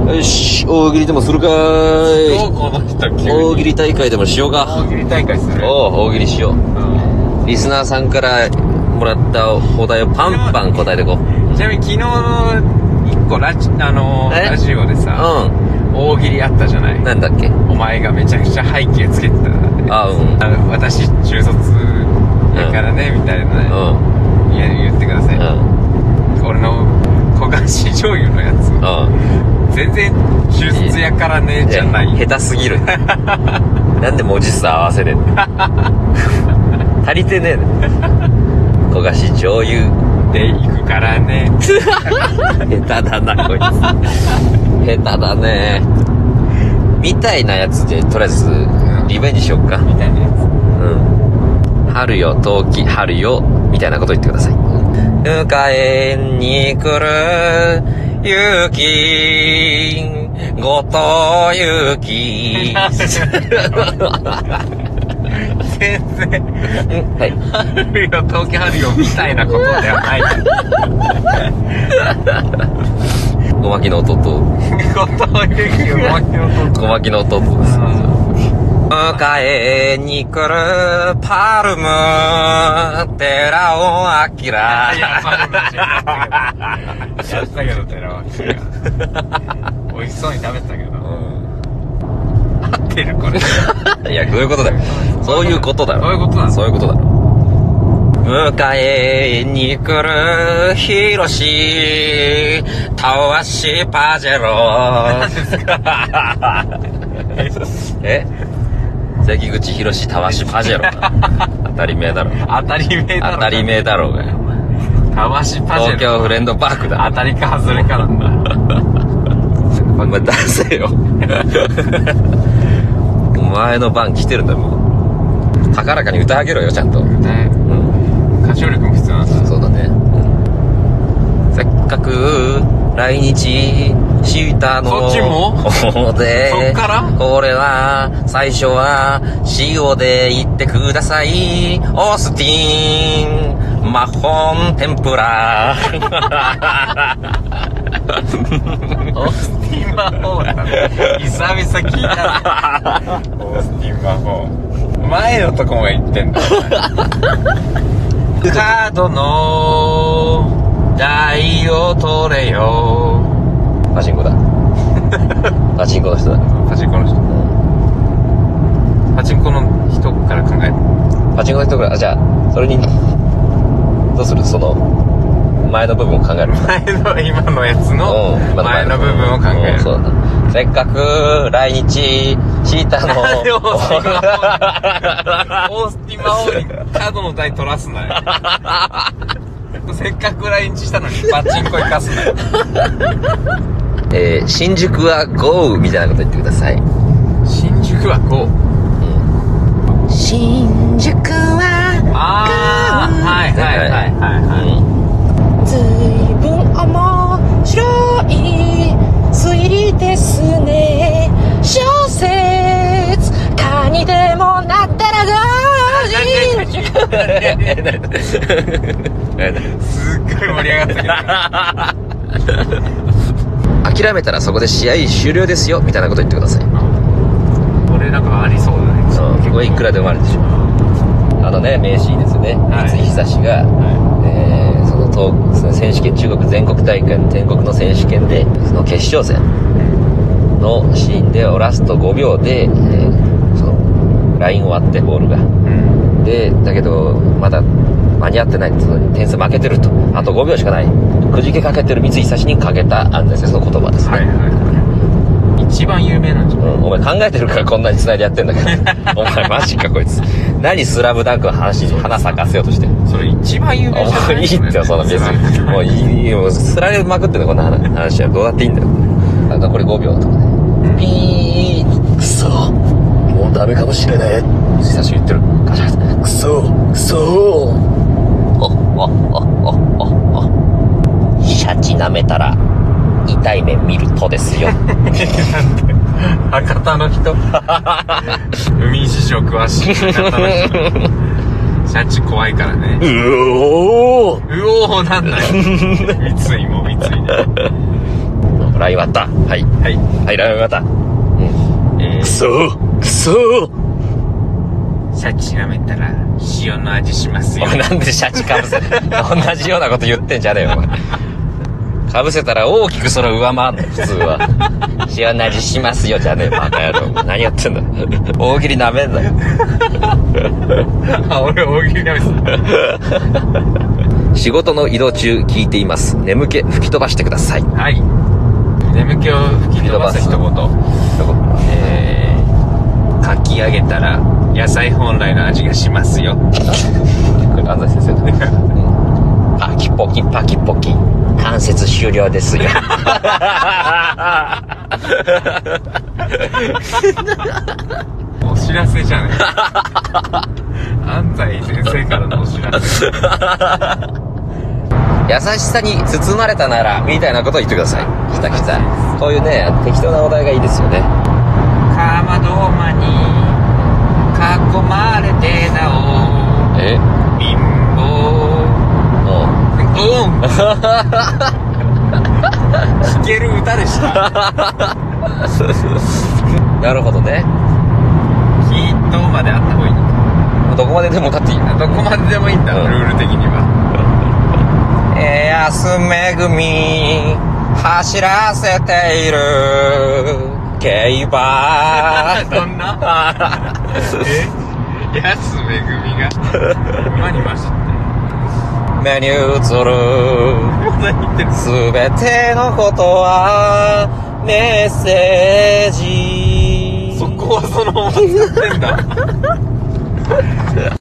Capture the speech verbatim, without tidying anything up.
よし、大喜利でもするかーい。 どうこの人急に大喜利大会でもしようか。 大喜利大会する。 おう、大喜利しよう。 うん、 リスナーさんからもらったお題をパンパン答えてこう。 ちなみに昨日の一個ラジ、あのー、 えラジオでさ、 う大喜利あったじゃない。 ん。なんだっけ。 お前がめちゃくちゃ背景つけてた。 あ、うん。 あの私中卒やからね、みたいなね、 うん。 いや言ってください。 うん。 俺の焦がし醤油のやつ、 うん。 全然中卒やからねじゃない。 下手すぎる。なんで文字数合わせれんの。足りてねえね。焦がし醤油で行くからね。 下手だなこいつ。下手だね。みたいなやつでとりあえずリベンジしよっか。 みたいなやつ。 うん。春よ陶器春よみたいなこと言ってください。迎えに来る雪ごと雪。 全然はい。 春よ陶器春よみたいなことではない。 小牧の弟。 ごと雪をもう一度小牧の弟です。迎えに来るパルム寺尾明。 いやパルムじゃやったけど寺尾明美味しそうに食べてたけど、合ってるこれ。 いや、どういうことだよ。そういうことだろ。 そういうことなの。 そういうことだろ。迎えに来るヒロシたわしパジェロ。え関口ヒロシたわしパジェロ。当たり前だろ。 当たり前だろ。 当たり前だろうがよ。 たわしパジェロ。 東京フレンドパークだ。 当たりか外れかなんだ。 お前出せよ。お前の番来てるんだもん。高らかに歌あげろよちゃんと。 ね、 うん、 歌唱力も必要なんだ。 そうだね、うん、せっかく来日したのそっちもでそっからこれは最初は塩で言ってください。オースティンマホン天ぷら。 オースティン魔法だね。久々聞いたね。オースティン魔法。前のとこも言ってんだ。カードの台を取れよ。 パチンコだ。パチンコの人だ。 パチンコの人。パチンコの人から考える。 パチンコの人から、あ、じゃあそれにどうする？その前の部分を考える。 前の今のやつの前の部分を考える。 うん、そうだ。せっかく来日したの。 オースティン魔法にカードの台取らすなよ。せっかく来日したのにパチンコ行かすなよ。 えー、新宿は豪雨みたいなこと言ってください。 新宿は豪雨、うん、 新宿は豪雨。 あー、はいはいはいはいはい、 うん、 ずいぶん面白い推理ですね。小説家にでもなったらどうしよう。 すっごい盛り上がったけど。 諦めたらそこで試合終了ですよみたいなこと言ってください。 これなんかありそうだね。 そう、結構いくらでもあるでしょ。あのね、名シーンですよね、はい、三井久志が、はい、えー、その東その選手権、中国全国大会の天国の選手権でその決勝戦のシーンでラストごびょうで、えー、そのラインを割ってボールが、うん、でだけどまだ間に合ってない、その点数負けてると、あとごびょうしかない、くじけかけてる三井久志にかけた安全性の言葉ですね。はいはいはい、一番有名なんじゃない、うん、お前考えてるからこんなに繋いでやってんだけど。お前マジかこいつ。何スラムダンクの話に花咲かせようとして。 それ一番有名じゃない。 いいってよそんな別に。もういいよ、スラれまくってんだこんな話は。どうだっていいんだよ。残りごびょうとかね。ピークソもうダメかもしれない。久しぶり言ってる。ガシャガシャクソクソおおおおおおシャチ舐めたら痛い目見るとですよ。 博多の人。海事情詳しい博多の人。シャチ怖いからね。 うおーうおーなんだよ。三井も三井で。 ライン割った。はい。 はい。 はい、ライン割った。うん。 えー、 くそーくそーシャチ舐めたら塩の味しますよ。 お前なんでシャチかぶせ同じようなこと言ってんじゃねえよお前。かぶせたら大きくそれを上回んの普通は。塩の味しますよじゃねえバカ野郎。何やってんだ大喜利なめんなよ。 あ、俺大喜利舐めてた。 仕事の移動中聞いています。眠気吹き飛ばしてください。 はい。眠気を吹き飛ばす一言。えー、かき上げたら野菜本来の味がしますよ。 これ安西先生だね。パキポキパキポキ関節終了ですよ。 お知らせじゃねえ。安西先生からのお知らせ。 優しさに包まれたならみたいなことを言ってください。来た来た。こういうね適当なお題がいいですよね。 かまどまに囲まれてなおえ貧乏うんうん弾ける歌でした。 なるほどね。 ヒートまであった方がいいのか。 どこまででもかっていいな。 どこまででもいいんだ、 うん、 ルール的には。 えやすめぐみ走らせている競馬。 どんなえやすめぐみが馬に走って目に映るすべてのことはメッセージ。 そこはそのまま使ってんだ。